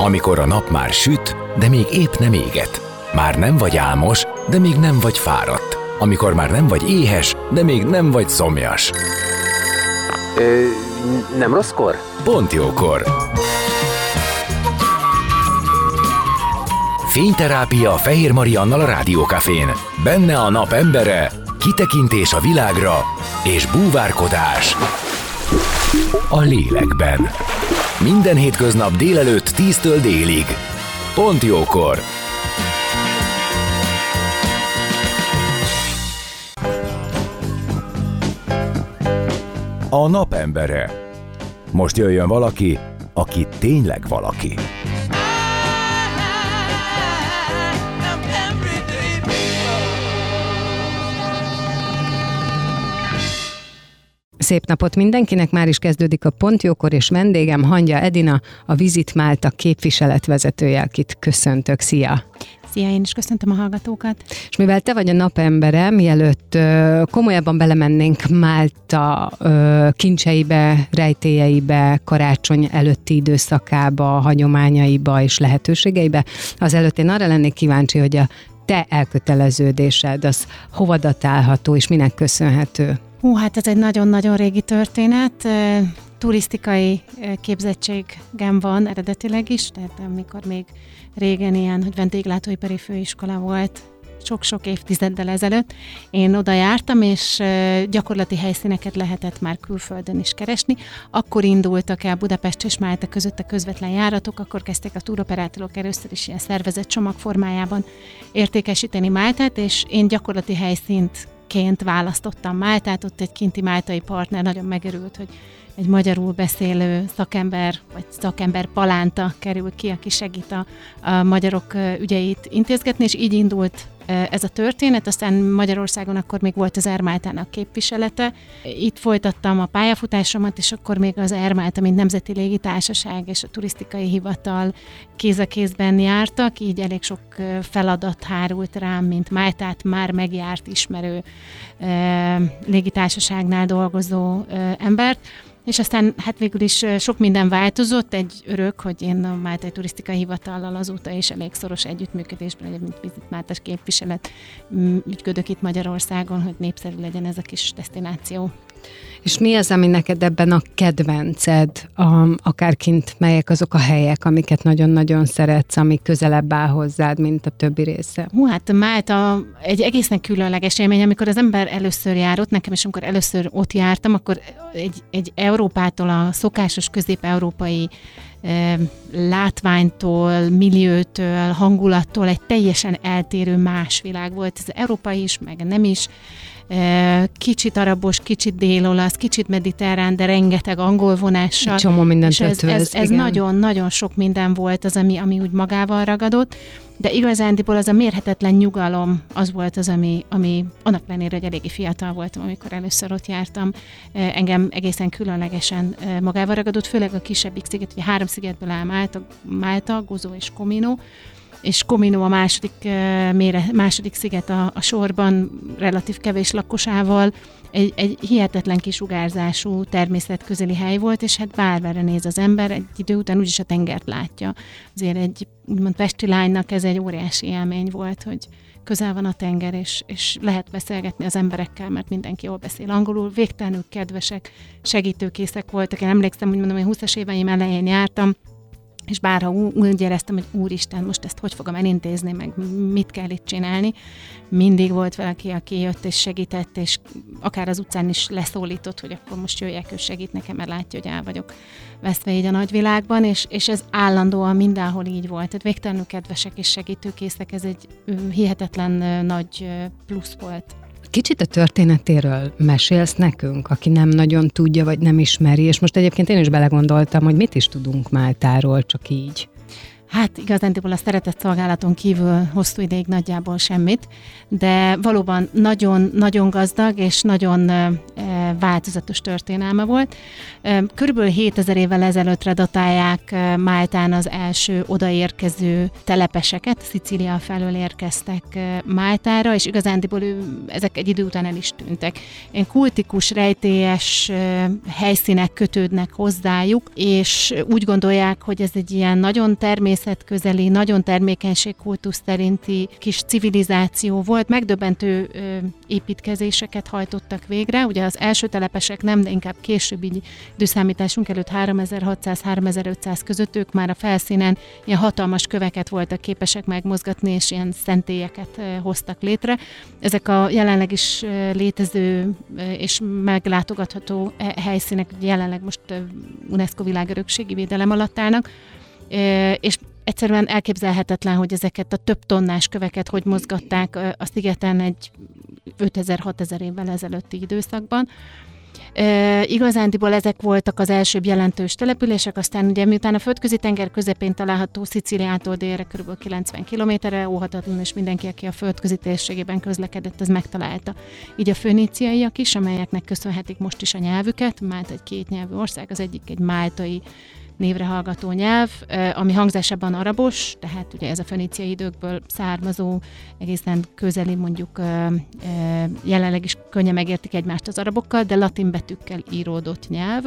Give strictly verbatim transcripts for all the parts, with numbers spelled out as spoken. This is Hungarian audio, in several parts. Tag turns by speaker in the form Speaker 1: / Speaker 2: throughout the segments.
Speaker 1: Amikor a nap már süt, de még épp nem éget. Már nem vagy álmos, de még nem vagy fáradt. Amikor már nem vagy éhes, de még nem vagy szomjas.
Speaker 2: Ö, nem rosszkor?
Speaker 1: Pont jókor. Fényterápia Fehér Mariannal a Rádiókafén. Benne a nap embere, kitekintés a világra és búvárkodás a lélekben. Minden hétköznap délelőtt tíztől délig. Pont jókor. A napembere. Most jöjjön valaki, aki tényleg valaki.
Speaker 3: Szép napot mindenkinek, már is kezdődik a Pont jókor, és vendégem Hangya Edina, a Visit Malta képviseletvezetője, akit köszöntök. Szia!
Speaker 4: Szia, én is köszöntöm a hallgatókat.
Speaker 3: És mivel te vagy a napembere, mielőtt ö, komolyabban belemennénk Málta ö, kincseibe, rejtélyeibe, karácsony előtti időszakába, hagyományaiba és lehetőségeibe, azelőtt én arra lennék kíváncsi, hogy a te elköteleződésed, az hova datálható és minek köszönhető?
Speaker 4: Hú, hát ez egy nagyon-nagyon régi történet. Turisztikai képzettségem van eredetileg is, tehát amikor még régen ilyen, hogy vendéglátóipari főiskola volt, sok-sok évtizeddel ezelőtt, én oda jártam, és gyakorlati helyszíneket lehetett már külföldön is keresni. Akkor indultak el Budapest és Málta között a közvetlen járatok, akkor kezdték a túroperátorok először is ilyen szervezett csomag formájában értékesíteni Máltát, és én gyakorlati helyszínt ként választottam Máltát, ott egy kinti máltai partner nagyon megörült, hogy egy magyarul beszélő szakember, vagy szakember palánta kerül ki, aki segít a, a magyarok ügyeit intézgetni, és így indult ez a történet. Aztán Magyarországon akkor még volt az Air Maltának képviselete. Itt folytattam a pályafutásomat, és akkor még az Air Malta, mint nemzeti légitársaság és a turisztikai hivatal kéz a kézben jártak, így elég sok feladat hárult rám, mint Máltát már megjárt, ismerő légitársaságnál dolgozó embert. És aztán hát végül is sok minden változott, egy örök, hogy én a Máltai Turisztikai Hivatallal azóta is elég szoros együttműködésben, mint Visit Malta képviselet ügyködök itt Magyarországon, hogy népszerű legyen ez a kis desztináció.
Speaker 3: És mi az, ami neked ebben a kedvenced, a, akárkint melyek azok a helyek, amiket nagyon-nagyon szeretsz, ami közelebb áll hozzád, mint a többi része?
Speaker 4: Hú, hát Málta egy egészen különleges élmény, amikor az ember először jár ott, nekem is amikor először ott jártam, akkor egy, egy Európától, a szokásos közép-európai eh, látványtól, milliótől, hangulattól egy teljesen eltérő más világ volt. Ez európai is, meg nem is. Kicsit arabos, kicsit dél-olasz, kicsit mediterrán, de rengeteg angol vonással.
Speaker 3: Csomó mindent
Speaker 4: ez, ez, ez nagyon-nagyon sok minden volt az, ami, ami úgy magával ragadott, de igazándiból az a mérhetetlen nyugalom az volt az, ami, ami annak ellenére, hogy eléggé fiatal voltam, amikor először ott jártam, engem egészen különlegesen magával ragadott, főleg a kisebbik sziget, ugye három szigetből áll Málta, Málta, Gozo és Comino, és Comino a második, mére, második sziget a, a sorban, relatív kevés lakosával, egy, egy hihetetlen kisugárzású természetközeli hely volt, és hát bármerre néz az ember, egy idő után úgyis a tengert látja. Azért egy úgymond pesti lánynak ez egy óriási élmény volt, hogy közel van a tenger, és, és lehet beszélgetni az emberekkel, mert mindenki jól beszél angolul, végtelenül kedvesek, segítőkészek voltak. Én emlékszem, hogy mondom, hogy húszas éveim elején jártam, és bárha úgy éreztem, hogy úristen, most ezt hogy fogom elintézni, meg mit kell itt csinálni, mindig volt valaki, aki jött és segített, és akár az utcán is leszólított, hogy akkor most jöjjek, ő segít nekem, mert látja, hogy el vagyok veszve így a nagyvilágban, és, és ez állandóan mindenhol így volt. Tehát végtelenül kedvesek és segítőkészek, ez egy hihetetlen nagy plusz volt.
Speaker 3: Kicsit a történetéről mesélsz nekünk, aki nem nagyon tudja, vagy nem ismeri, és most egyébként én is belegondoltam, hogy mit is tudunk Máltáról, csak így.
Speaker 4: Hát igazándiból a szeretett szolgálaton kívül hosszú ideig nagyjából semmit, de valóban nagyon-nagyon gazdag és nagyon e, változatos történelme volt. Körülbelül hétezer évvel ezelőttre datálják Máltán az első odaérkező telepeseket, Szicília felől érkeztek Máltára, és igazándiból ezek egy idő után el is tűntek. Ilyen kultikus, rejtélyes helyszínek kötődnek hozzájuk, és úgy gondolják, hogy ez egy ilyen nagyon természetközeli, nagyon termékenységkultusz szerinti kis civilizáció volt. Megdöbbentő építkezéseket hajtottak végre. Ugye az első telepesek nem, de inkább később így időszámításunk előtt háromezer-hatszáz-háromezer-ötszáz között ők már a felszínen ilyen hatalmas köveket voltak képesek megmozgatni, és ilyen szentélyeket hoztak létre. Ezek a jelenleg is létező és meglátogatható helyszínek jelenleg most UNESCO világörökségi védelem alatt állnak, és egyszerűen elképzelhetetlen, hogy ezeket a több tonnás köveket hogy mozgatták a szigeten egy ötezer-hatezer évvel ezelőtti időszakban. E, igazándiból ezek voltak az elsőbb jelentős települések, aztán ugye miután a földközi tenger közepén található Szicíliától délre kb. kilencven kilométerre, óhatatlan, és mindenki, aki a földközi térségében közlekedett, az megtalálta. Így a föníciaiak is, amelyeknek köszönhetik most is a nyelvüket, Málta egy kétnyelvű ország, az egyik egy máltai névre hallgató nyelv, ami hangzásában arabos, tehát ugye ez a föníciai időkből származó, egészen közeli, mondjuk jelenleg is könnyen megértik egymást az arabokkal, de latin betűkkel íródott nyelv,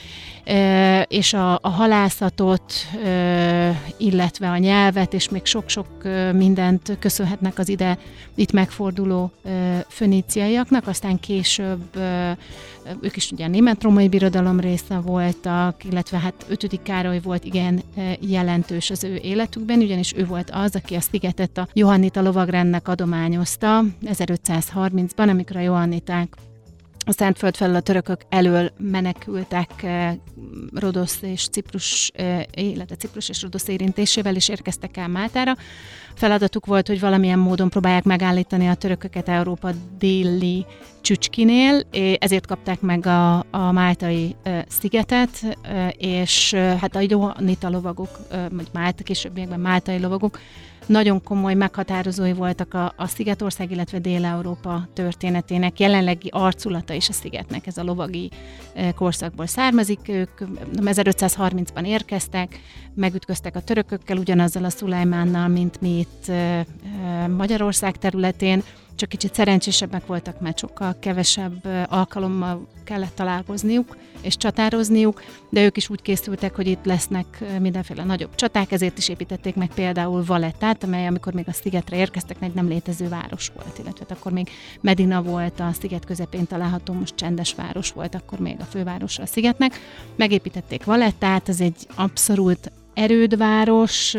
Speaker 4: és a, a halászatot, illetve a nyelvet, és még sok-sok mindent köszönhetnek az ide itt megforduló föníciaiaknak, aztán később ők is ugye a német-római birodalom része voltak, illetve hát ötödik Károly volt igen jelentős az ő életükben, ugyanis ő volt az, aki a szigetet a johannita lovagrendnek adományozta ezerötszázharmincban, amikor a johanniták a Szentföld felől a törökök elől menekültek Rodosz és Ciprus, illetve Ciprus és Rodosz érintésével, és érkeztek el Máltára. Feladatuk volt, hogy valamilyen módon próbálják megállítani a törököket Európa déli csücskinél, ezért kapták meg a, a máltai szigetet, és hát a johannita lovagok, vagy Málta, későbbiekben máltai lovagok nagyon komoly meghatározói voltak a, a Szigetország, illetve Dél-Európa történetének. Jelenlegi arculata is a szigetnek, ez a lovagi korszakból származik. Ők ezerötszázharmincban érkeztek, megütköztek a törökökkel, ugyanazzal a Szulajmánnal, mint mi itt Magyarország területén, csak kicsit szerencsésebbek voltak, mert sokkal kevesebb alkalommal kellett találkozniuk és csatározniuk, de ők is úgy készültek, hogy itt lesznek mindenféle nagyobb csaták, ezért is építették meg például Valettát, amely amikor még a szigetre érkeztek, egy nem létező város volt, illetve akkor még Medina volt a sziget közepén található, most csendes város volt, akkor még a fővárosa a szigetnek. Megépítették Valettát, ez egy abszolút erődváros,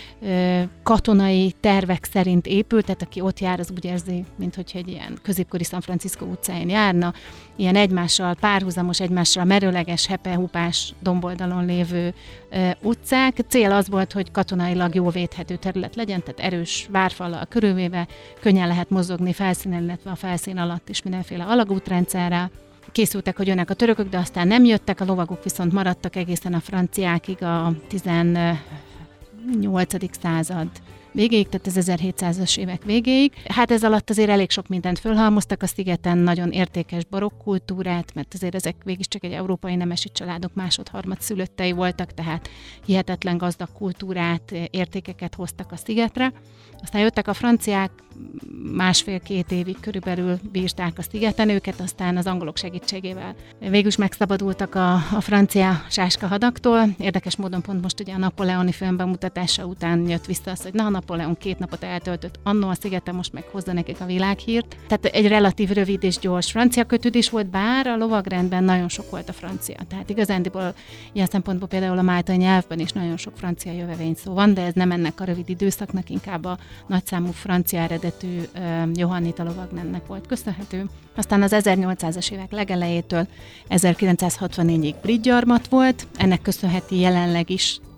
Speaker 4: katonai tervek szerint épült, tehát aki ott jár, az úgy érzi, mintha egy ilyen középkori San Francisco utcáin járna, ilyen egymással párhuzamos, egymással merőleges, hepehupás domboldalon lévő utcák. Cél az volt, hogy katonailag jól védhető terület legyen, tehát erős várfallal körülvéve, könnyen lehet mozogni felszínen, illetve a felszín alatt is mindenféle alagútrendszerrel. Készültek, hogy jönnek a törökök, de aztán nem jöttek, a lovagok viszont maradtak egészen a franciákig, a tizennyolcadik század végéig, tehát az ezerhétszázas évek végéig. Hát ez alatt azért elég sok mindent fölhalmoztak a szigeten, nagyon értékes barokk kultúrát, mert azért ezek végig csak egy európai nemesi családok másod-harmad szülöttei voltak, tehát hihetetlen gazdag kultúrát, értékeket hoztak a szigetre. Aztán jöttek a franciák, másfél-két évig körülbelül bírták a szigeten őket, aztán az angolok segítségével végül is megszabadultak a, a francia sáskahadaktól. Érdekes módon pont most ugye a napóleoni film bemutatása után jött vissza az, hogy na, Napóleon két napot eltöltött annó a szigeten, most meg hozza nekik a világhírt. Tehát egy relatív rövid és gyors francia kötődés volt, bár a lovagrendben nagyon sok volt a francia. Tehát igazándiból ilyen szempontból például a máltai nyelvben is nagyon sok francia jövevény szó van, de ez nem ennek a rövid időszaknak, inkább a nagyszámú francia eredetű uh, johannita lovagrendnek volt köszönhető. Aztán az ezernyolcszázas évek legelejétől ezerkilencszázhatvannégyig brit gyarmat volt, ennek köszönheti jelenleg is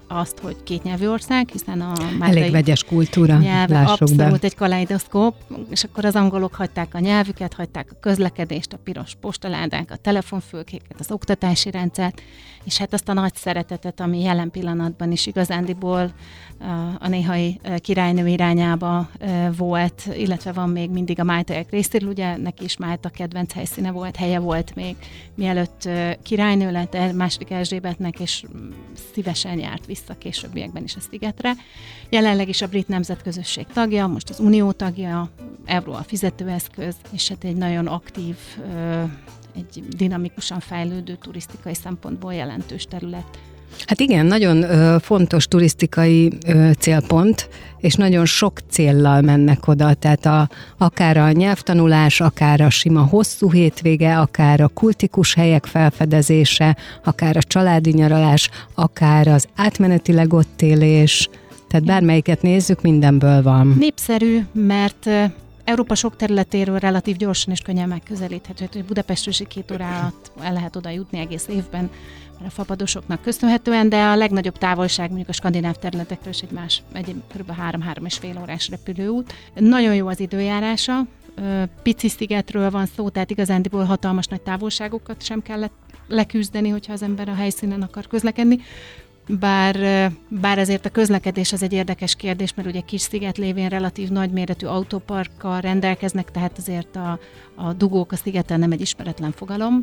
Speaker 4: azt, hogy kétnyelvű ország, hiszen a
Speaker 3: elég vegyes kultúra,
Speaker 4: nyelv abszolút
Speaker 3: be.
Speaker 4: egy kaleidoszkóp, és akkor az angolok hagyták a nyelvüket, hagyták a közlekedést, a piros postaládák, a telefonfülkéket, az oktatási rendszert, és hát azt a nagy szeretetet, ami jelen pillanatban is igazándiból a néhai királynő irányába volt, illetve van még mindig a máltaiak részéről, ugye neki is Málta kedvenc helyszíne volt, helye volt még, mielőtt királynő lett második Erzsébetnek, és szívesen járt vissza későbbiekben is a szigetre. Jelenleg is a brit nemzetközösség tagja, most az unió tagja, euró a fizetőeszköz, és hát egy nagyon aktív, egy dinamikusan fejlődő turisztikai szempontból jelentős terület.
Speaker 3: Hát igen, nagyon ö, fontos turisztikai ö, célpont, és nagyon sok céllal mennek oda, tehát a, akár a nyelvtanulás, akár a sima hosszú hétvége, akár a kultikus helyek felfedezése, akár a családi nyaralás, akár az átmenetileg ott élés, tehát bármelyiket nézzük, mindenből van.
Speaker 4: Népszerű, mert Európa sok területéről relatív gyorsan és könnyen megközelíthető. hogy Budapestről is két óra alatt el lehet oda jutni egész évben, mert a fapadosoknak köszönhetően, de a legnagyobb távolság mondjuk a skandináv területekről is egy más, egy kb. három-három és fél órás repülőút. Nagyon jó az időjárása, pici szigetről van szó, tehát igazándiból hatalmas nagy távolságokat sem kellett leküzdeni, hogyha az ember a helyszínen akar közlekedni. Bár, bár ezért a közlekedés az egy érdekes kérdés, mert ugye kis sziget lévén relatív nagyméretű autóparkkal rendelkeznek, tehát azért a, a dugók a szigeten nem egy ismeretlen fogalom.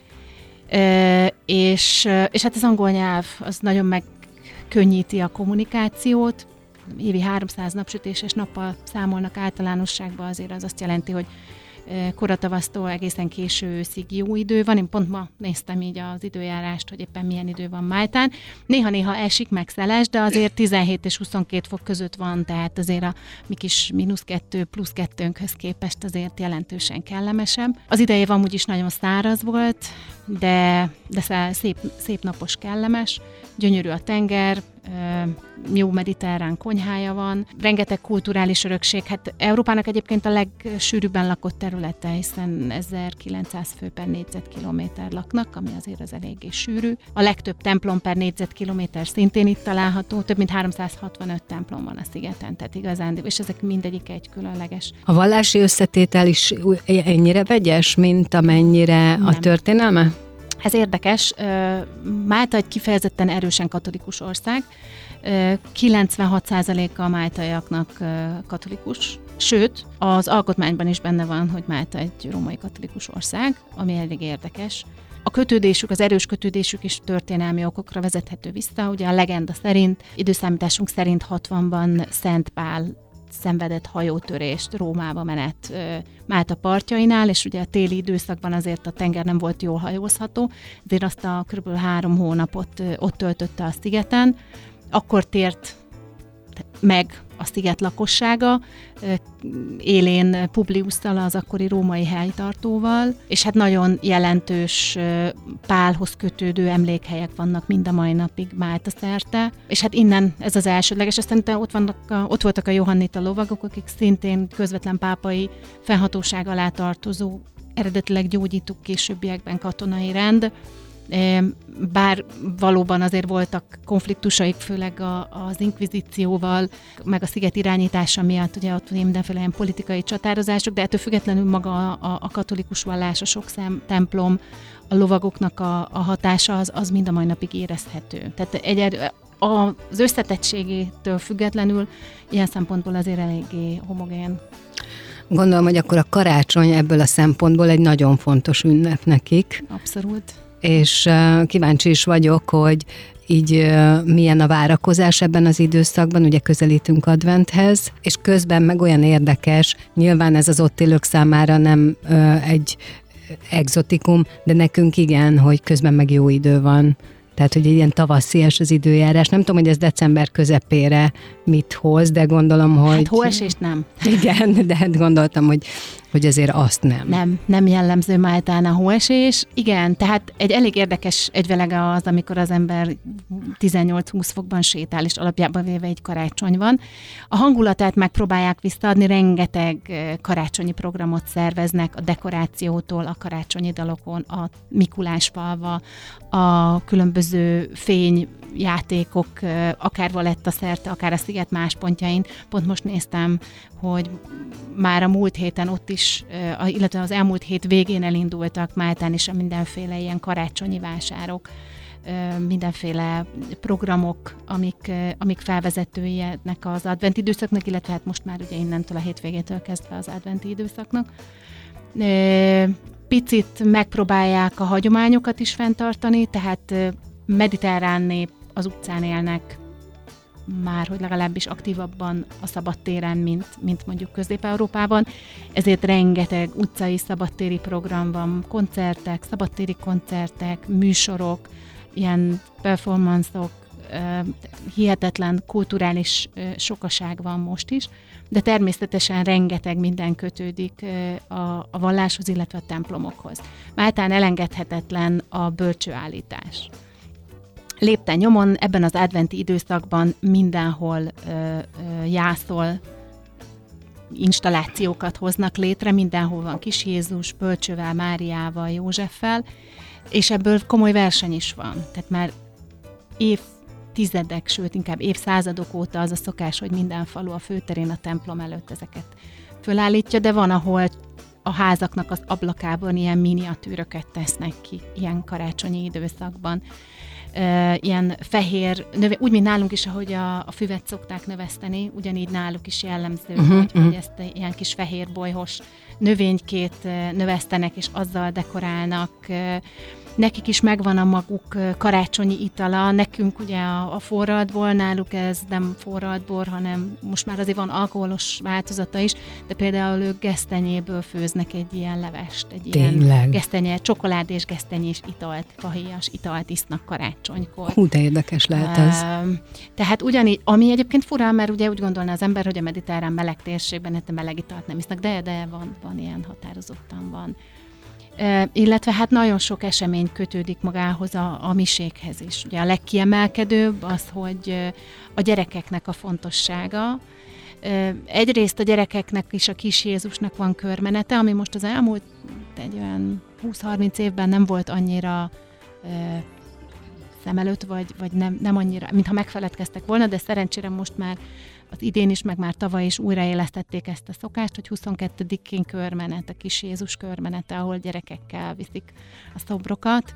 Speaker 4: E, és, és hát az angol nyelv az nagyon megkönnyíti a kommunikációt. Évi háromszáz napsütéses nappal számolnak általánosságban, azért az azt jelenti, hogy koratavasztól egészen késő őszig jó idő van. Én pont ma néztem így az időjárást, hogy éppen milyen idő van Máltán. Néha-néha esik meg szeles, de azért tizenhét és huszonkét fok között van, tehát azért a mi kis mínusz kettő, plusz kettőnkhöz képest azért jelentősen kellemesebb. Az idején amúgy is nagyon száraz volt, de, de szép, szép napos, kellemes, gyönyörű a tenger, jó mediterrán konyhája van, rengeteg kulturális örökség. Hát Európának egyébként a legsűrűbben lakott területe, hiszen ezerkilencszáz fő per négyzetkilométer laknak, ami azért az eléggé sűrű. A legtöbb templom per négyzetkilométer szintén itt található, több mint háromszázhatvanöt templom van a szigeten, tehát igazán, és ezek mindegyik egy különleges.
Speaker 3: A vallási összetétel is ennyire vegyes, mint amennyire Nem. a történelme?
Speaker 4: Ez érdekes. Málta egy kifejezetten erősen katolikus ország. kilencvenhat százaléka a máltaiaknak katolikus. Sőt, az alkotmányban is benne van, hogy Málta egy római katolikus ország, ami elég érdekes. A kötődésük, az erős kötődésük is történelmi okokra vezethető vissza. Ugye a legenda szerint, időszámításunk szerint hatvanban Szent Pál szenvedett hajótörést Rómába menet Málta partjainál, és ugye a téli időszakban azért a tenger nem volt jól hajózható, ezért azt a kb. három hónapot ott töltötte a szigeten. Akkor tért meg a sziget lakossága, élén Publiusszal, az akkori római helytartóval, és hát nagyon jelentős Pálhoz kötődő emlékhelyek vannak mind a mai napig Málta szerte, és hát innen ez az elsődleges, aztán ott, vannak a, ott voltak a johannita lovagok, akik szintén közvetlen pápai fennhatóság alá tartozó, eredetileg gyógyítók, későbbiekben katonai rend, bár valóban azért voltak konfliktusaik, főleg a, az inkvizícióval, meg a sziget irányítása miatt, ugye ott mindenféle ilyen politikai csatározások, de ettől függetlenül maga a, a katolikus vallás, a sok szem, templom, a lovagoknak a, a hatása az, az mind a mai napig érezhető. Tehát egy, az összetettségétől függetlenül ilyen szempontból azért eléggé homogén.
Speaker 3: Gondolom, hogy akkor a karácsony ebből a szempontból egy nagyon fontos ünnep nekik.
Speaker 4: Abszolút.
Speaker 3: És kíváncsi is vagyok, hogy így milyen a várakozás ebben az időszakban, ugye közelítünk adventhez, és közben meg olyan érdekes, nyilván ez az ott élők számára nem egy egzotikum, de nekünk igen, hogy közben meg jó idő van. Tehát, hogy egy ilyen tavaszias az időjárás. Nem tudom, hogy ez december közepére mit hoz, de gondolom, hogy...
Speaker 4: Hát hóesést nem.
Speaker 3: Igen, de hát gondoltam, hogy, hogy azért azt nem.
Speaker 4: Nem, nem jellemző Máltán a hóesés. Igen, tehát egy elég érdekes egyvelege az, amikor az ember tizennyolc-húsz fokban sétál, és alapjában véve egy karácsony van. A hangulatát megpróbálják visszaadni, rengeteg karácsonyi programot szerveznek, a dekorációtól, a karácsonyi dalokon, a Mikulás falva, a különböző különböző fényjátékok, akár Valletta szerte, akár a sziget más pontjain. Pont most néztem, hogy már a múlt héten ott is, illetve az elmúlt hét végén elindultak Máltán is a mindenféle ilyen karácsonyi vásárok, mindenféle programok, amik, amik felvezetői ennek az adventi időszaknak, illetve hát most már ugye innentől a hétvégétől kezdve az adventi időszaknak. Picit megpróbálják a hagyományokat is fenntartani, tehát mediterrán nép az utcán élnek már, hogy legalábbis aktívabban a szabadtéren, mint, mint mondjuk Közép-Európában. Ezért rengeteg utcai szabadtéri program van, koncertek, szabadtéri koncertek, műsorok, ilyen performanszok, hihetetlen kulturális sokaság van most is, de természetesen rengeteg minden kötődik a, a valláshoz, illetve a templomokhoz. Máltán elengedhetetlen a bölcsőállítás. Lépten nyomon ebben az adventi időszakban mindenhol ö, ö, jászol installációkat hoznak létre, mindenhol van Kis Jézus, Bölcsővel, Máriával, Józseffel, és ebből komoly verseny is van. Tehát már évtizedek, sőt inkább évszázadok óta az a szokás, hogy minden falu a főterén, a templom előtt ezeket fölállítja, de van, ahol a házaknak az ablakában ilyen miniatűröket tesznek ki, ilyen karácsonyi időszakban. Uh, ilyen fehér, növe, úgy, mint nálunk is, ahogy a, a füvet szokták növeszteni, ugyanígy náluk is jellemző, uh-huh, hogy, uh-huh. hogy ezt a, ilyen kis fehér bolyhos növénykét uh, növesztenek, és azzal dekorálnak. Uh, nekik is megvan a maguk uh, karácsonyi itala, nekünk ugye a, a forradból, náluk ez nem forradbor, hanem most már azért van alkoholos változata is, de például ők gesztenyéből főznek egy ilyen levest, egy
Speaker 3: Tényleg?
Speaker 4: ilyen gesztenye, csokolád és gesztenyés italt, fahéjas italt isznak karácsonykor.
Speaker 3: Hú, de érdekes lehet ez. Uh,
Speaker 4: tehát ugyanígy, ami egyébként furán, mert ugye úgy gondolná az ember, hogy a mediterrán meleg térségben hát meleg italt nem isznak, de, de van, van ilyen, határozottan van. Uh, illetve hát nagyon sok esemény kötődik magához a, a miséghez is. Ugye a legkiemelkedőbb az, hogy uh, a gyerekeknek a fontossága. Uh, egyrészt a gyerekeknek is a Kis Jézusnak van körmenete, ami most az elmúlt egy olyan húsz-harminc évben nem volt annyira uh, szem előtt, vagy, vagy nem, nem annyira, mintha megfeledkeztek volna, de szerencsére most már az idén is, meg már tavaly is újraélesztették ezt a szokást, hogy huszonkettedikén körmenet, a Kis Jézus körmenete, ahol gyerekekkel viszik a szobrokat,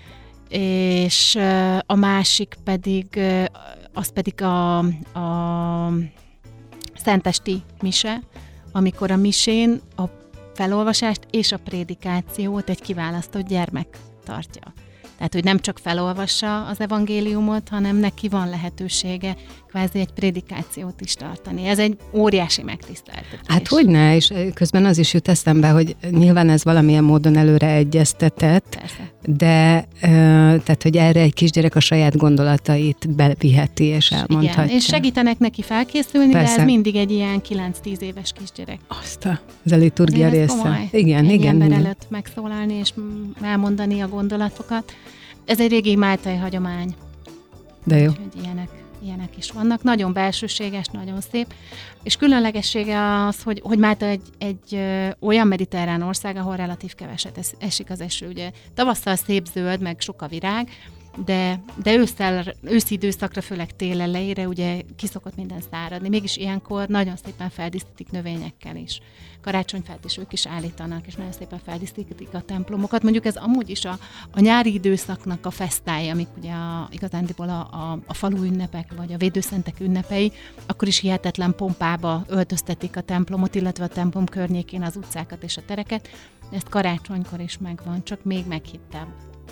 Speaker 4: és a másik pedig, az pedig a, a szentesti mise, amikor a misén a felolvasást és a prédikációt egy kiválasztott gyermek tartja. Tehát, hogy nem csak felolvassa az evangéliumot, hanem neki van lehetősége kvázi egy prédikációt is tartani. Ez egy óriási megtiszteltetés.
Speaker 3: Hát hogyne, és közben az is jut eszembe, hogy nyilván ez valamilyen módon előre egyeztetett,
Speaker 4: Persze.
Speaker 3: de tehát, hogy erre egy kisgyerek a saját gondolatait beviheti és elmondhatja.
Speaker 4: Igen, és segítenek neki felkészülni,
Speaker 3: Persze.
Speaker 4: de ez mindig egy ilyen kilenc-tíz éves kisgyerek.
Speaker 3: Azt a, az a liturgia
Speaker 4: Azért ez
Speaker 3: része.
Speaker 4: komoly.
Speaker 3: Igen,
Speaker 4: egy
Speaker 3: igen.
Speaker 4: ember
Speaker 3: igen.
Speaker 4: előtt megszólalni és elmondani a gondolatokat. Ez egy régi máltai hagyomány.
Speaker 3: De jó.
Speaker 4: Úgyhogy ilyenek, ilyenek is vannak. Nagyon belsőséges, nagyon szép. És különlegessége az, hogy, hogy Málta egy, egy ö, olyan mediterrán ország, ahol relatív keveset es, esik az eső. Ugye tavasszal szép zöld, meg sok a virág, de, de ősszel, őszi időszakra, főleg tél elejére ugye kiszokott minden száradni. Mégis ilyenkor nagyon szépen feldíszítik növényekkel is. Karácsonyfát is ők is állítanak, és nagyon szépen feldíszítik a templomokat. Mondjuk ez amúgy is a, a nyári időszaknak a fesztái, amik ugye a, igazándiból a, a, a falu ünnepek, vagy a védőszentek ünnepei, akkor is hihetetlen pompába öltöztetik a templomot, illetve a templom környékén az utcákat és a tereket. Ezt karácsonykor is megvan, csak még meghittebb.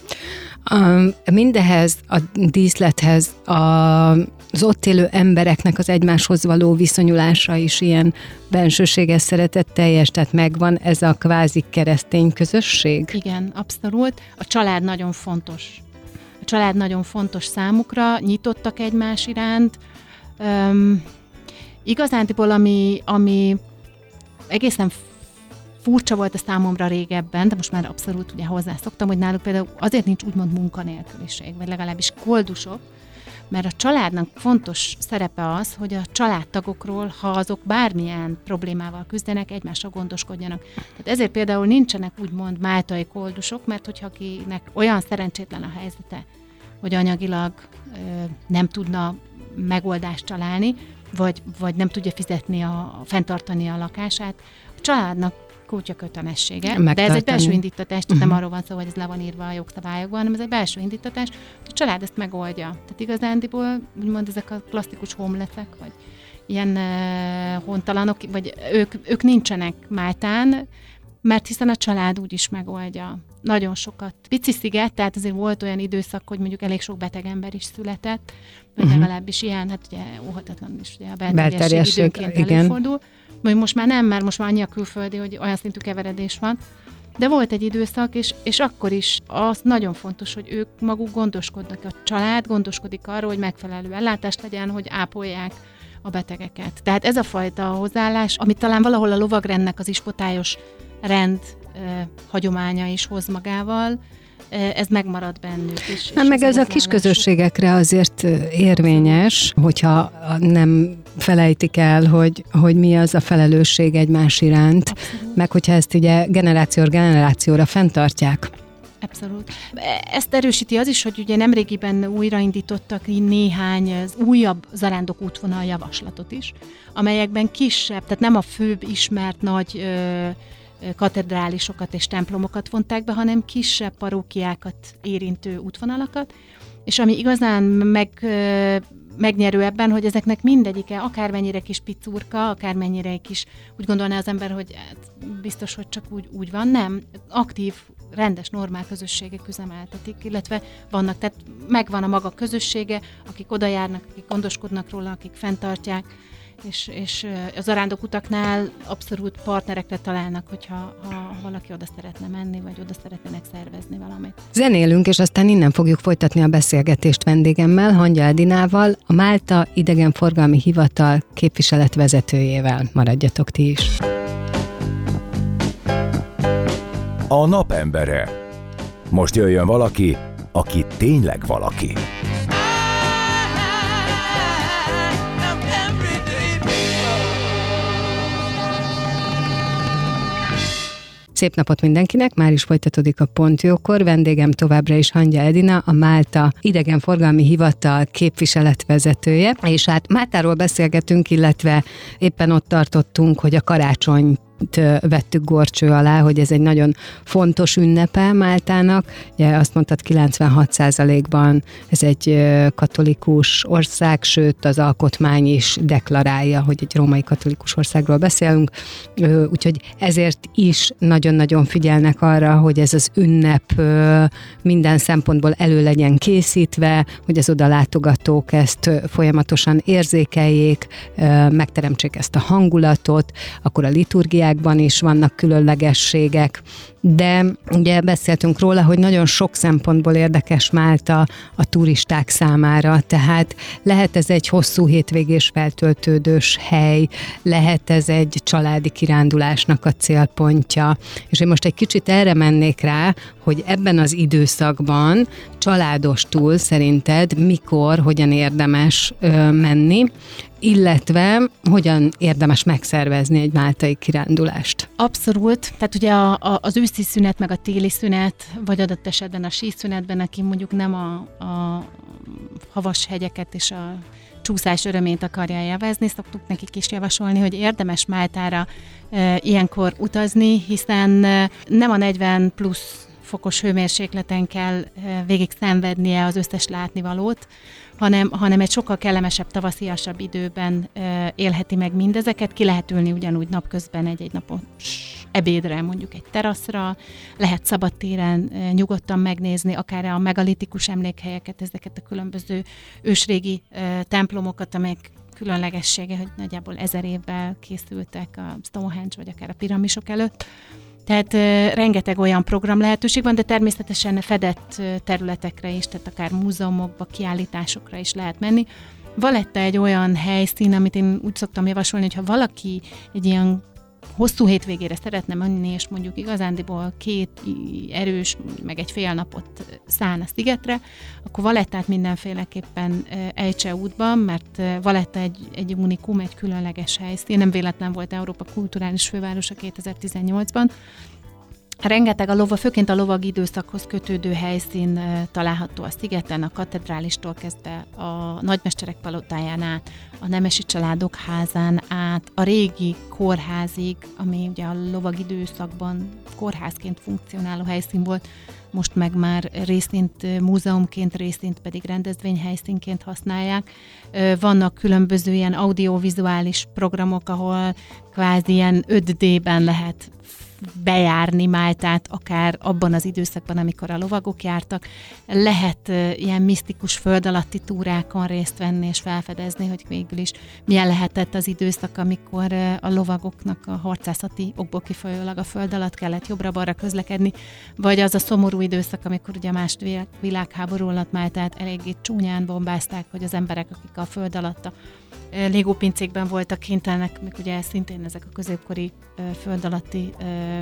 Speaker 3: Um, mindehez, a díszlethez, a, az ott élő embereknek az egymáshoz való viszonyulása is ilyen bensőséges, szeretetteljes, tehát megvan ez a kvázi keresztény közösség?
Speaker 4: Igen, abszolút. A család nagyon fontos. A család nagyon fontos számukra, nyitottak egymás iránt. Um, igazándiból, ami, ami egészen furcsa volt a számomra régebben, de most már abszolút ugye hozzászoktam, hogy náluk például azért nincs úgymond munkanélküliség, vagy legalábbis koldusok, mert a családnak fontos szerepe az, hogy a családtagokról, ha azok bármilyen problémával küzdenek, egymásra gondoskodjanak. Tehát ezért például nincsenek úgymond máltai koldusok, mert hogyha akinek olyan szerencsétlen a helyzete, hogy anyagilag nem tudna megoldást találni, vagy, vagy nem tudja fizetni, a, a, fenntartani a lakását. A családnak kutya kötelessége, megtartani. De ez egy belső indítatás, tehát uh-huh. nem arról van szó, hogy ez le van írva a jogszabályokban, hanem ez egy belső indítatás, a család ezt megoldja. Tehát igazándiból, úgymond ezek a klasszikus homelessek, vagy ilyen uh, hontalanok, vagy ők, ők nincsenek Máltán, mert hiszen a család úgyis megoldja. Nagyon sokat. Pici sziget, tehát azért volt olyan időszak, hogy mondjuk elég sok beteg ember is született, vagy uh-huh. legalábbis ilyen, hát ugye óhatatlan is, ugye a belterjesség időnként előfordul. Vagy most már nem, mert most már annyi a külföldi, hogy olyan szintű keveredés van. De volt egy időszak, és, és akkor is az nagyon fontos, hogy ők maguk gondoskodnak, a család gondoskodik arról, hogy megfelelő ellátást legyen, hogy ápolják a betegeket. Tehát ez a fajta hozzáállás, amit talán valahol a lovagrendnek az ispotályos rend eh, hagyománya is hoz magával, eh, ez megmarad bennük is.
Speaker 3: Nem, meg ez a kis közösségekre azért érvényes, hogyha nem felejtik el, hogy, hogy mi az a felelősség egymás iránt, abszolút. Meg hogyha ezt ugye generációra generációra fenntartják.
Speaker 4: Abszolút. Ezt erősíti az is, hogy ugye nemrégiben újraindítottak néhány újabb zarándok útvonal javaslatot is, amelyekben kisebb, tehát nem a főbb ismert nagy ö, katedrálisokat és templomokat vonták be, hanem kisebb parókiákat érintő útvonalakat, és ami igazán meg, ö, megnyerő ebben, hogy ezeknek mindegyike, akármennyire kis picurka, akármennyire kis, úgy gondolná az ember, hogy hát biztos, hogy csak úgy, úgy van, nem, aktív, rendes, normál közösségek üzemeltetik, illetve vannak, tehát megvan a maga közössége, akik oda járnak, akik gondoskodnak róla, akik fenntartják, és, és a zarándokutaknál abszolút partnerekre találnak, hogyha ha valaki oda szeretne menni, vagy oda szeretnének szervezni valamit.
Speaker 3: Zenélünk, és aztán innen fogjuk folytatni a beszélgetést vendégemmel, Hangya Edinával, a Málta Idegenforgalmi Hivatal képviseletvezetőjével. Maradjatok ti is!
Speaker 1: A napembere. Most jöjjön valaki, aki tényleg valaki.
Speaker 3: Szép napot mindenkinek, már is folytatódik a Pont Jókor. Vendégem továbbra is Hangya Edina, a Málta Idegenforgalmi Hivatal képviseletvezetője, és hát Máltáról beszélgetünk, illetve éppen ott tartottunk, hogy a karácsony vettük górcső alá, hogy ez egy nagyon fontos ünnepe Máltának. Ugye azt mondtad, kilencvenhat százalékban ez egy katolikus ország, sőt az alkotmány is deklarálja, hogy egy római katolikus országról beszélünk, úgyhogy ezért is nagyon-nagyon figyelnek arra, hogy ez az ünnep minden szempontból elő legyen készítve, hogy az oda látogatók ezt folyamatosan érzékeljék, megteremtsék ezt a hangulatot, akkor a liturgiák is vannak különlegességek, de ugye beszéltünk róla, hogy nagyon sok szempontból érdekes Málta a turisták számára, tehát lehet ez egy hosszú hétvégés feltöltődős hely, lehet ez egy családi kirándulásnak a célpontja, és én most egy kicsit erre mennék rá, hogy ebben az időszakban családostul szerinted mikor, hogyan érdemes ö, menni, illetve hogyan érdemes megszervezni egy máltai kirándulást?
Speaker 4: Abszolút. Tehát ugye a, a, az őszi szünet, meg a téli szünet, vagy adott esetben a síszünetben, aki mondjuk nem a, a havas hegyeket és a csúszás örömét akarja élvezni, szoktuk nekik is javasolni, hogy érdemes Máltára e, ilyenkor utazni, hiszen e, nem a negyven plusz fokos hőmérsékleten kell e, végig szenvednie az összes látnivalót, hanem, hanem egy sokkal kellemesebb, tavasziasabb időben e, élheti meg mindezeket. Ki lehet ülni ugyanúgy napközben egy-egy napos ebédre, mondjuk egy teraszra, lehet szabadtéren e, nyugodtan megnézni, akár a megalitikus emlékhelyeket, ezeket a különböző ősrégi e, templomokat, amelyek különlegessége, hogy nagyjából ezer évvel készültek a Stonehenge, vagy akár a piramisok előtt. Tehát uh, rengeteg olyan program lehetőség van, de természetesen fedett uh, területekre is, tehát akár múzeumokba, kiállításokra is lehet menni. Valletta egy olyan helyszín, amit én úgy szoktam javasolni, hogy ha valaki egy ilyen hosszú hétvégére szeretne menni, és mondjuk igazándiból két erős, meg egy fél napot szán a szigetre, akkor Vallettát mindenféleképpen ejtse útban, mert Valletta egy, egy unikum, egy különleges helyszín, nem véletlen volt Európa kulturális fővárosa kétezer-tizennyolcban, Rengeteg a lova, főként a lovag időszakhoz kötődő helyszín található a szigeten, a katedrálistól kezdve a nagymesterek palotáján át, a nemesi családok házán át, a régi kórházig, ami ugye a lovag időszakban kórházként funkcionáló helyszín volt, most meg már részint múzeumként, részint pedig rendezvényhelyszínként használják. Vannak különböző ilyen audiovizuális programok, ahol kvázi ilyen öt dé-ben lehet bejárni Máltát, akár abban az időszakban, amikor a lovagok jártak. Lehet uh, ilyen misztikus föld alatti túrákon részt venni és felfedezni, hogy végül is milyen lehetett az időszak, amikor uh, a lovagoknak a harcászati okból kifolyólag a föld alatt kellett jobbra-balra közlekedni, vagy az a szomorú időszak, amikor ugye a második világháború alatt Máltát eléggé csúnyán bombázták, hogy az emberek, akik a föld alatt a légópincékben voltak kénytelenek, még ugye szintén ezek a középkori föld alatti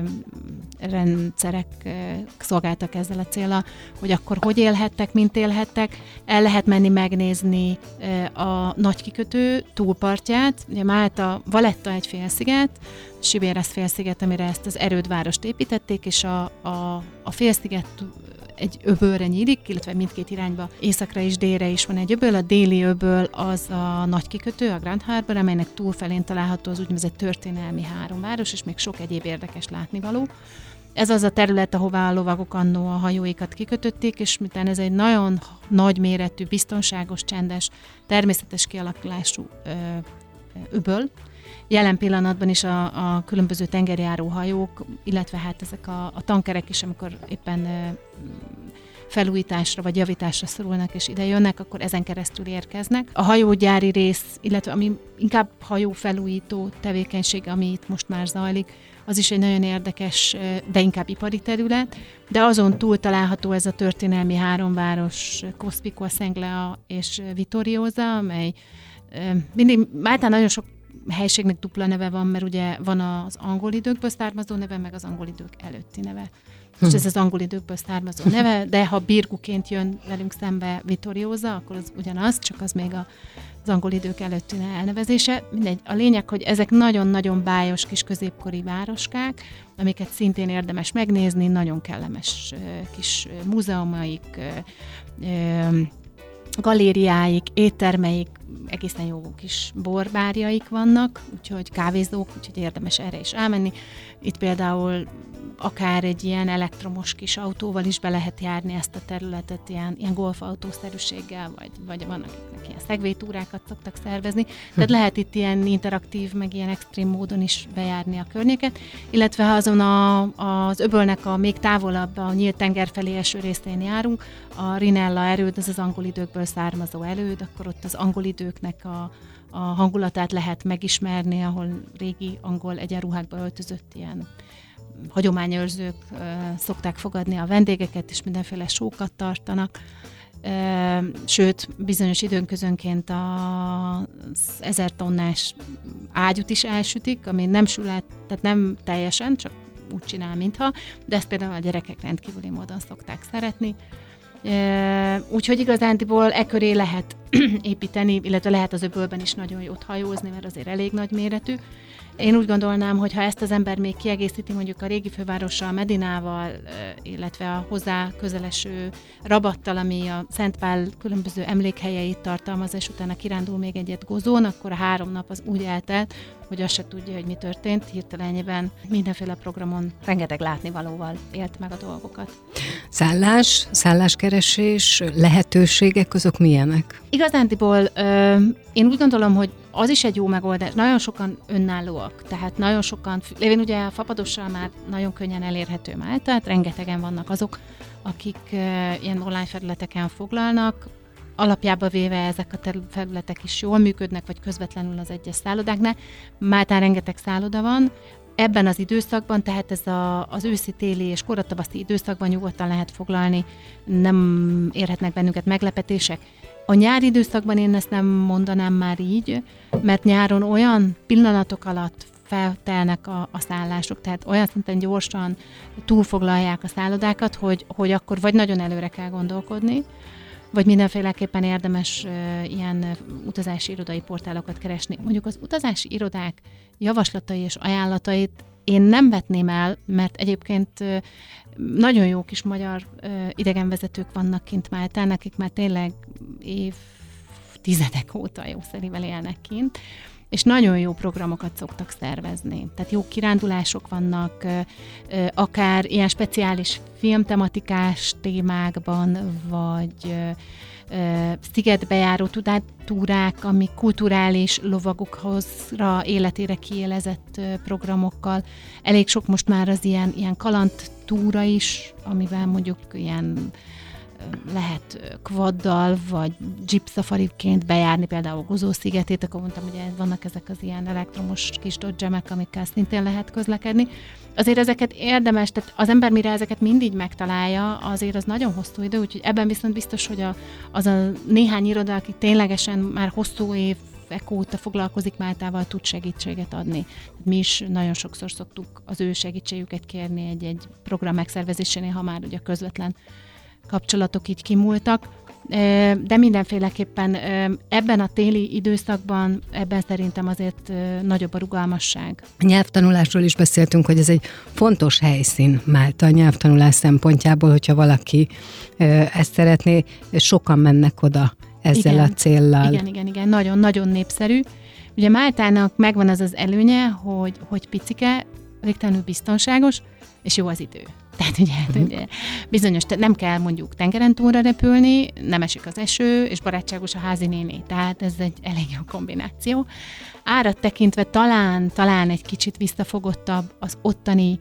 Speaker 4: rendszerek szolgáltak ezzel a céllal, hogy akkor hogy élhettek, mint élhettek. El lehet menni megnézni a nagykikötő túlpartját. Ugye Málta, Valletta egy félsziget, Sibérez félsziget, amire ezt az erődvárost építették, és a, a, a félsziget egy öbölre nyílik, illetve mindkét irányba, északra és délre is van egy öböl. A déli öböl az a nagy kikötő, a Grand Harbor, amelynek túlfelén található az úgynevezett történelmi háromváros, és még sok egyéb érdekes látnivaló. Ez az a terület, ahová a lovagok annó a hajóikat kikötötték, és miután ez egy nagyon nagy méretű, biztonságos, csendes, természetes kialakulású ö, öböl, jelen pillanatban is a, a különböző tengerjáró hajók, illetve hát ezek a, a tankerek is, amikor éppen ö, felújításra vagy javításra szorulnak és ide jönnek, akkor ezen keresztül érkeznek. A hajógyári rész, illetve ami inkább hajófelújító tevékenység, ami itt most már zajlik, az is egy nagyon érdekes, de inkább ipari terület, de azon túl található ez a történelmi háromváros, Cospicuo, Senglea és Vittoriosa, amely mindig, Máltán nagyon sok helységnek dupla neve van, mert ugye van az angol időkből származó neve, meg az angol idők előtti neve. Hm. És ez az angol időkből származó neve, de ha Birguként jön velünk szembe Vittoriosa, akkor az ugyanaz, csak az még a, az angol idők előtti elnevezése. Mindegy. A lényeg, hogy ezek nagyon-nagyon bájos kis középkori városkák, amiket szintén érdemes megnézni, nagyon kellemes kis múzeumaik, galériáik, éttermeik, egészen jó kis borbárjaik vannak, úgyhogy kávézók, úgyhogy érdemes erre is elmenni. Itt például akár egy ilyen elektromos kis autóval is be lehet járni ezt a területet, ilyen, ilyen golfautószerűséggel, vagy, vagy vannak akiknek ilyen szegvélytúrákat szoktak szervezni. Tehát hm. lehet itt ilyen interaktív, meg ilyen extrém módon is bejárni a környéket, illetve ha azon a, az öbölnek a még távolabb, a nyílt tenger felé eső részén járunk, a Rinella erőd, az az angol időkből származó erőd, akkor ott az angol időknek a, a hangulatát lehet megismerni, ahol régi angol egyenruhákba öltözött ilyen hagyományőrzők uh, szokták fogadni a vendégeket, és mindenféle sókat tartanak. Uh, sőt, bizonyos időnközönként az ezer tonnás ágyút is elsütik, ami nem sül át, tehát nem teljesen, csak úgy csinál, mintha, de ezt például a gyerekek rendkívüli módon szokták szeretni. Uh, úgyhogy igazándiból e köré lehet építeni, illetve lehet az öbölben is nagyon jót hajózni, mert azért elég nagy méretű. Én úgy gondolnám, hogy ha ezt az ember még kiegészíti mondjuk a régi fővárossal, Medinával, illetve a hozzá közeleső Rabattal, ami a Szent Pál különböző emlékhelyeit tartalmaz, és utána kirándul még egyet Gozón, akkor a három nap az úgy eltelt, hogy azt se tudja, hogy mi történt. Hirtelenjében mindenféle programon rengeteg látnivalóval élt meg a dolgokat.
Speaker 3: Szállás, szálláskeresés, lehetőségek, azok milyenek?
Speaker 4: Igazándiból ö, én úgy gondolom, hogy az is egy jó megoldás. Nagyon sokan önállóak, tehát nagyon sokan, lévén ugye a Fapadossal már nagyon könnyen elérhető Málta, tehát rengetegen vannak azok, akik uh, ilyen online felületeken foglalnak. Alapjába véve ezek a felületek is jól működnek, vagy közvetlenül az egyes szállodáknál. Máltán rengeteg szálloda van. Ebben az időszakban, tehát ez a, az őszi-téli és koratavaszi időszakban nyugodtan lehet foglalni, nem érhetnek bennünket meglepetések. A nyári időszakban én ezt nem mondanám már így, mert nyáron olyan pillanatok alatt feltelnek a, a szállások, tehát olyan szinten gyorsan túlfoglalják a szállodákat, hogy, hogy akkor vagy nagyon előre kell gondolkodni, vagy mindenféleképpen érdemes uh, ilyen utazási irodai portálokat keresni. Mondjuk az utazási irodák javaslatai és ajánlatait én nem vetném el, mert egyébként nagyon jó kis magyar idegenvezetők vannak kint Máltán, akik már tényleg évtizedek óta jószerivel élnek kint, és nagyon jó programokat szoktak szervezni. Tehát jó kirándulások vannak, akár ilyen speciális filmtematikás témákban, vagy szigetbejáró túrák, ami kulturális lovagokhoz életére kiélezett programokkal. Elég sok most már az ilyen, ilyen kalandtúra is, amivel mondjuk ilyen lehet quaddal, vagy jeep safariként bejárni például Gozó szigetét, akkor mondtam, hogy vannak ezek az ilyen elektromos kis dodgemek, amikkel szintén lehet közlekedni. Azért ezeket érdemes, tehát az ember mire ezeket mindig megtalálja, azért az nagyon hosszú idő, úgyhogy ebben viszont biztos, hogy a, az a néhány iroda, aki ténylegesen már hosszú évek óta foglalkozik Máltával, tud segítséget adni. Mi is nagyon sokszor szoktuk az ő segítségüket kérni egy-egy program megszervezésénél, ha már ugye közvetlen kapcsolatok így kimúltak, de mindenféleképpen ebben a téli időszakban, ebben szerintem azért nagyobb a rugalmasság.
Speaker 3: A nyelvtanulásról is beszéltünk, hogy ez egy fontos helyszín Málta a nyelvtanulás szempontjából, hogyha valaki ezt szeretné, sokan mennek oda ezzel
Speaker 4: igen,
Speaker 3: a céllal.
Speaker 4: Igen, igen, igen, nagyon-nagyon népszerű. Ugye Máltának megvan az az előnye, hogy, hogy picike, végtelenül biztonságos, és jó az idő. Tehát ugye, uh-huh. ugye bizonyos, nem kell mondjuk tengeren túlra repülni, nem esik az eső, és barátságos a házi néni. Tehát ez egy elég jó kombináció. Árat tekintve talán, talán egy kicsit visszafogottabb az ottani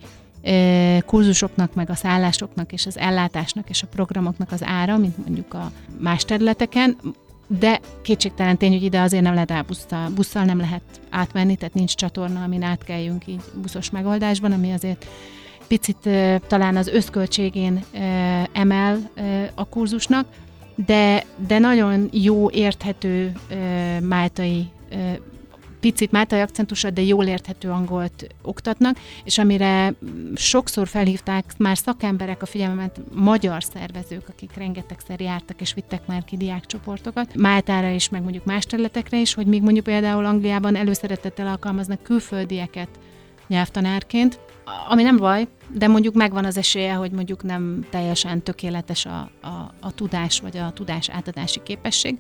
Speaker 4: e, kurzusoknak, meg a szállásoknak, és az ellátásnak, és a programoknak az ára, mint mondjuk a más területeken, de kétségtelen tény, hogy ide azért nem lehet elbusszal, busszal nem lehet átmenni, tehát nincs csatorna, amin átkeljünk így buszos megoldásban, ami azért picit uh, talán az összköltségén uh, emel uh, a kurzusnak, de, de nagyon jó érthető uh, máltai, uh, picit máltai akcentusra, de jól érthető angolt oktatnak, és amire sokszor felhívták már szakemberek a figyelmemet, magyar szervezők, akik rengetegszer jártak és vittek már ki diákcsoportokat, Máltára is, meg mondjuk más területekre is, hogy még mondjuk például Angliában előszeretettel alkalmaznak külföldieket nyelvtanárként, ami nem baj, de mondjuk megvan az esélye, hogy mondjuk nem teljesen tökéletes a, a, a tudás, vagy a tudás átadási képesség.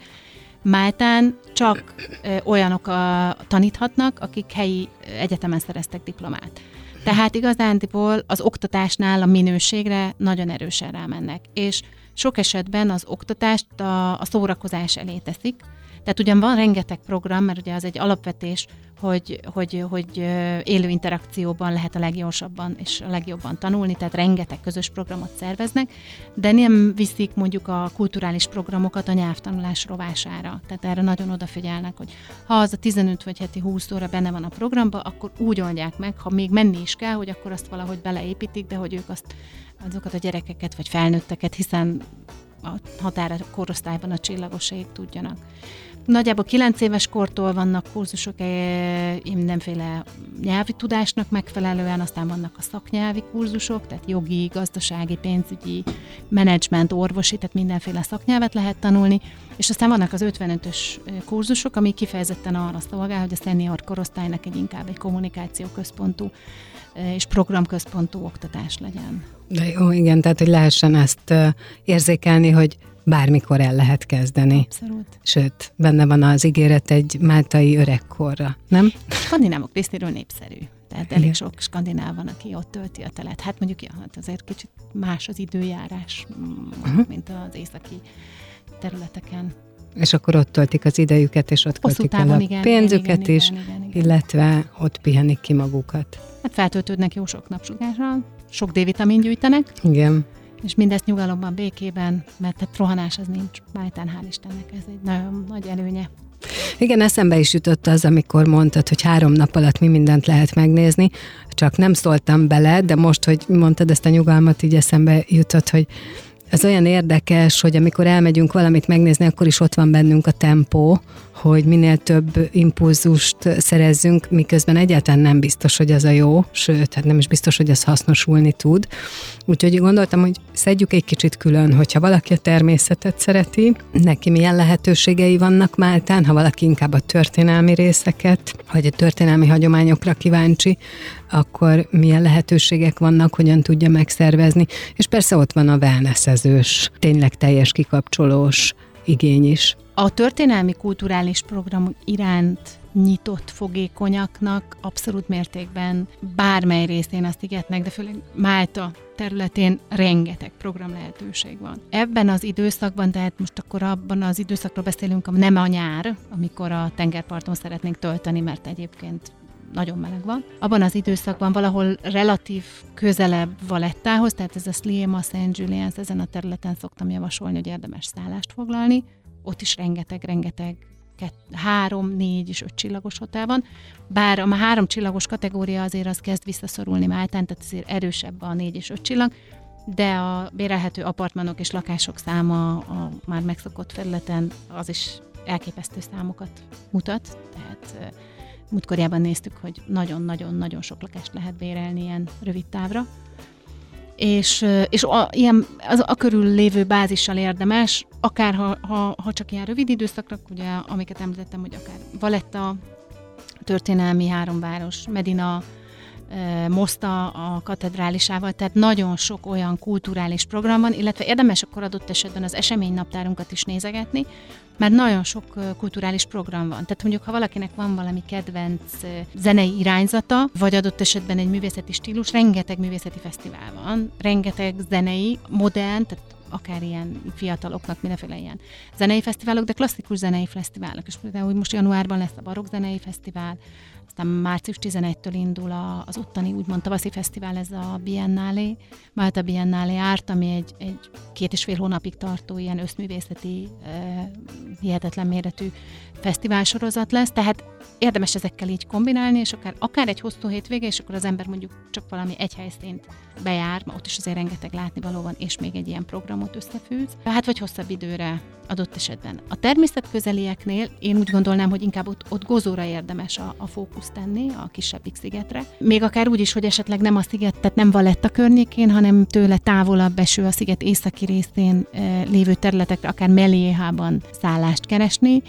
Speaker 4: Máltán csak ö, olyanok a, taníthatnak, akik helyi egyetemen szereztek diplomát. Tehát igazándiból az oktatásnál a minőségre nagyon erősen rámennek, és sok esetben az oktatást a, a szórakozás elé teszik. Tehát ugyan van rengeteg program, mert ugye az egy alapvetés, hogy, hogy, hogy élő interakcióban lehet a leggyorsabban és a legjobban tanulni, tehát rengeteg közös programot szerveznek, de nem viszik mondjuk a kulturális programokat a nyelvtanulás rovására. Tehát erre nagyon odafigyelnek, hogy ha az a tizenöt vagy heti húsz óra benne van a programba, akkor úgy oldják meg, ha még menni is kell, hogy akkor azt valahogy beleépítik, de hogy ők azt, azokat a gyerekeket vagy felnőtteket, hiszen a határa korosztályban a csillagosaik tudjanak. Nagyjából kilenc éves kortól vannak kurzusok mindenféle nyelvi tudásnak megfelelően, aztán vannak a szaknyelvi kurzusok, tehát jogi, gazdasági, pénzügyi, menedzsment, orvosi, tehát mindenféle szaknyelvet lehet tanulni, és aztán vannak az ötvenötös kurzusok, ami kifejezetten arra szolgál, hogy a senior korosztálynak egy inkább egy kommunikációközpontú és programközpontú oktatás legyen.
Speaker 3: De jó, igen, tehát hogy lehessen ezt érzékelni, hogy bármikor el lehet kezdeni.
Speaker 4: Abszolút.
Speaker 3: Sőt, benne van az ígéret egy máltai öregkorra, nem?
Speaker 4: Skandinávok részéről népszerű. Tehát elég sok skandináv van, aki ott tölti a telet. Hát mondjuk, ja, hát azért kicsit más az időjárás, uh-huh. mint az északi területeken.
Speaker 3: És akkor ott töltik az idejüket, és ott költik el a
Speaker 4: igen,
Speaker 3: pénzüket
Speaker 4: igen,
Speaker 3: is,
Speaker 4: igen, igen, igen.
Speaker 3: illetve ott pihenik ki magukat.
Speaker 4: Hát feltöltődnek jó sok napsugással, sok D-vitamin gyűjtenek.
Speaker 3: Igen.
Speaker 4: És mindezt nyugalomban, békében, mert hát rohanás az nincs. Máltán, hál' Istennek, ez egy nagyon nagy előnye.
Speaker 3: Igen, eszembe is jutott az, amikor mondtad, hogy három nap alatt mi mindent lehet megnézni, csak nem szóltam bele, de most, hogy mondtad ezt a nyugalmat, így eszembe jutott, hogy Ez olyan érdekes, hogy amikor elmegyünk valamit megnézni, akkor is ott van bennünk a tempó, hogy minél több impulzust szerezzünk, miközben egyáltalán nem biztos, hogy az a jó, sőt, hát nem is biztos, hogy ez hasznosulni tud. Úgyhogy gondoltam, hogy szedjük egy kicsit külön, hogyha valaki a természetet szereti, neki milyen lehetőségei vannak Máltán, ha valaki inkább a történelmi részeket, vagy a történelmi hagyományokra kíváncsi, akkor milyen lehetőségek vannak, hogyan tudja megszervezni, és persze ott van a wellnessezős, tényleg teljes kikapcsolós igény is.
Speaker 4: A történelmi kulturális program iránt nyitott fogékonyaknak abszolút mértékben bármely részén a szigetnek, de főleg Málta területén rengeteg program lehetőség van. Ebben az időszakban, tehát most akkor abban az időszakról beszélünk, nem a nyár, amikor a tengerparton szeretnénk tölteni, mert egyébként nagyon meleg van. Abban az időszakban valahol relatív közelebb Valettához, tehát ez a Sliema, Saint Julians, ezen a területen szoktam javasolni, hogy érdemes szállást foglalni. Ott is rengeteg-rengeteg három, négy és öt csillagos hotel van, bár a három csillagos kategória azért az kezd visszaszorulni Máltán, tehát azért erősebb a négy és öt csillag, de a bérelhető apartmanok és lakások száma a már megszokott felületen az is elképesztő számokat mutat, tehát múltkorjában néztük, hogy nagyon-nagyon-nagyon sok lakást lehet bérelni ilyen rövid távra. És, és a, ilyen, az a körül lévő bázissal érdemes, akár ha, ha, ha csak ilyen rövid időszakra, ugye, amiket említettem, hogy akár Valletta, történelmi háromváros, Medina, Mosta a katedrálisával, tehát nagyon sok olyan kulturális program van, illetve érdemes akkor adott esetben az eseménynaptárunkat is nézegetni, mert nagyon sok kulturális program van. Tehát mondjuk, ha valakinek van valami kedvenc zenei irányzata, vagy adott esetben egy művészeti stílus, rengeteg művészeti fesztivál van, rengeteg zenei, modern, tehát akár ilyen fiataloknak mindenféle ilyen zenei fesztiválok, de klasszikus zenei fesztiválok. És például most januárban lesz a barokk zenei fesztivál, aztán március tizenegyedikétől indul az ottani úgymond tavaszi fesztivál, ez a Biennale, Malta Biennale Art, ami egy, egy két és fél hónapig tartó ilyen összművészeti, eh, hihetetlen méretű fesztiválsorozat lesz, tehát érdemes ezekkel így kombinálni, és akár, akár egy hosszú hétvége, és akkor az ember mondjuk csak valami egy helyszínt bejár, ott is azért rengeteg látnivaló van, és még egy ilyen programot összefűz, hát vagy hosszabb időre adott esetben. A természetközelieknél én úgy gondolnám, hogy inkább ott, ott Gozóra érdemes a, a fókusz tenni, a kisebbik szigetre. Még akár úgy is, hogy esetleg nem a sziget, tehát nem Valletta környékén, hanem tőle távolabb eső a sziget északi részén e, lévő területekre, akár Meliéhában szállást keresni,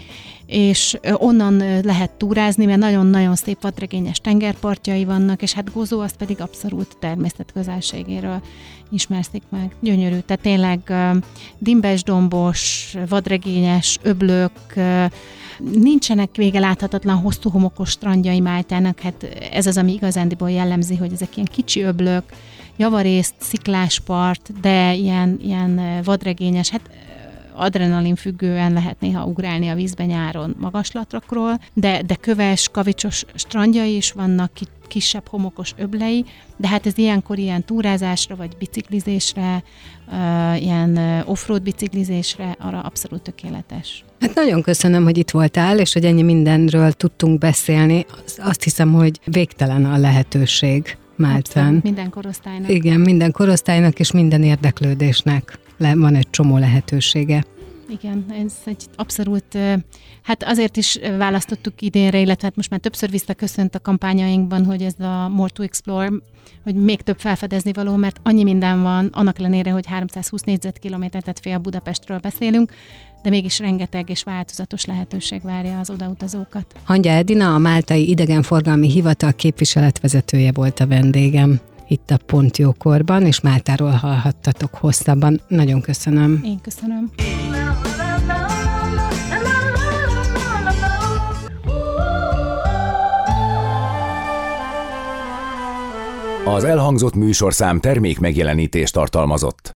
Speaker 4: és onnan lehet túrázni, mert nagyon-nagyon szép vadregényes tengerpartjai vannak, és hát Gozó az pedig abszolút természetközelségéről ismerszik meg. Gyönyörű, tehát tényleg uh, dimbes-dombos, vadregényes öblök, uh, nincsenek vége láthatatlan hosszú homokos strandjai Máltának, hát ez az, ami igazándiból jellemzi, hogy ezek ilyen kicsi öblök, javarészt szikláspart, de ilyen, ilyen vadregényes, hát adrenalin függően lehet néha ugrálni a vízbe nyáron magaslatokról, de, de köves, kavicsos strandjai is vannak, kisebb homokos öblei, de hát ez ilyenkor ilyen túrázásra, vagy biciklizésre, uh, ilyen offroad biciklizésre arra abszolút tökéletes.
Speaker 3: Hát nagyon köszönöm, hogy itt voltál, és hogy ennyi mindenről tudtunk beszélni. Azt hiszem, hogy végtelen a lehetőség Máltán.
Speaker 4: Abszolút, minden korosztálynak.
Speaker 3: Igen, minden korosztálynak és minden érdeklődésnek van egy csomó lehetősége.
Speaker 4: Igen, ez egy abszolút, hát azért is választottuk idénre, illetve hát most már többször visszaköszönt a kampányainkban, hogy ez a More to Explore, hogy még több felfedezni való, mert annyi minden van, annak ellenére, hogy háromszázhúsz négyzetkilométer, tehát fél Budapestről beszélünk, de mégis rengeteg és változatos lehetőség várja az odautazókat. Hangya
Speaker 3: Edina, a Máltai Idegenforgalmi Hivatal képviseletvezetője volt a vendégem itt a Pont Jókorban, és Máltáról hallhattatok hosszabban. Nagyon köszönöm.
Speaker 4: Én köszönöm.
Speaker 1: Az elhangzott műsorszám termék megjelenítést tartalmazott.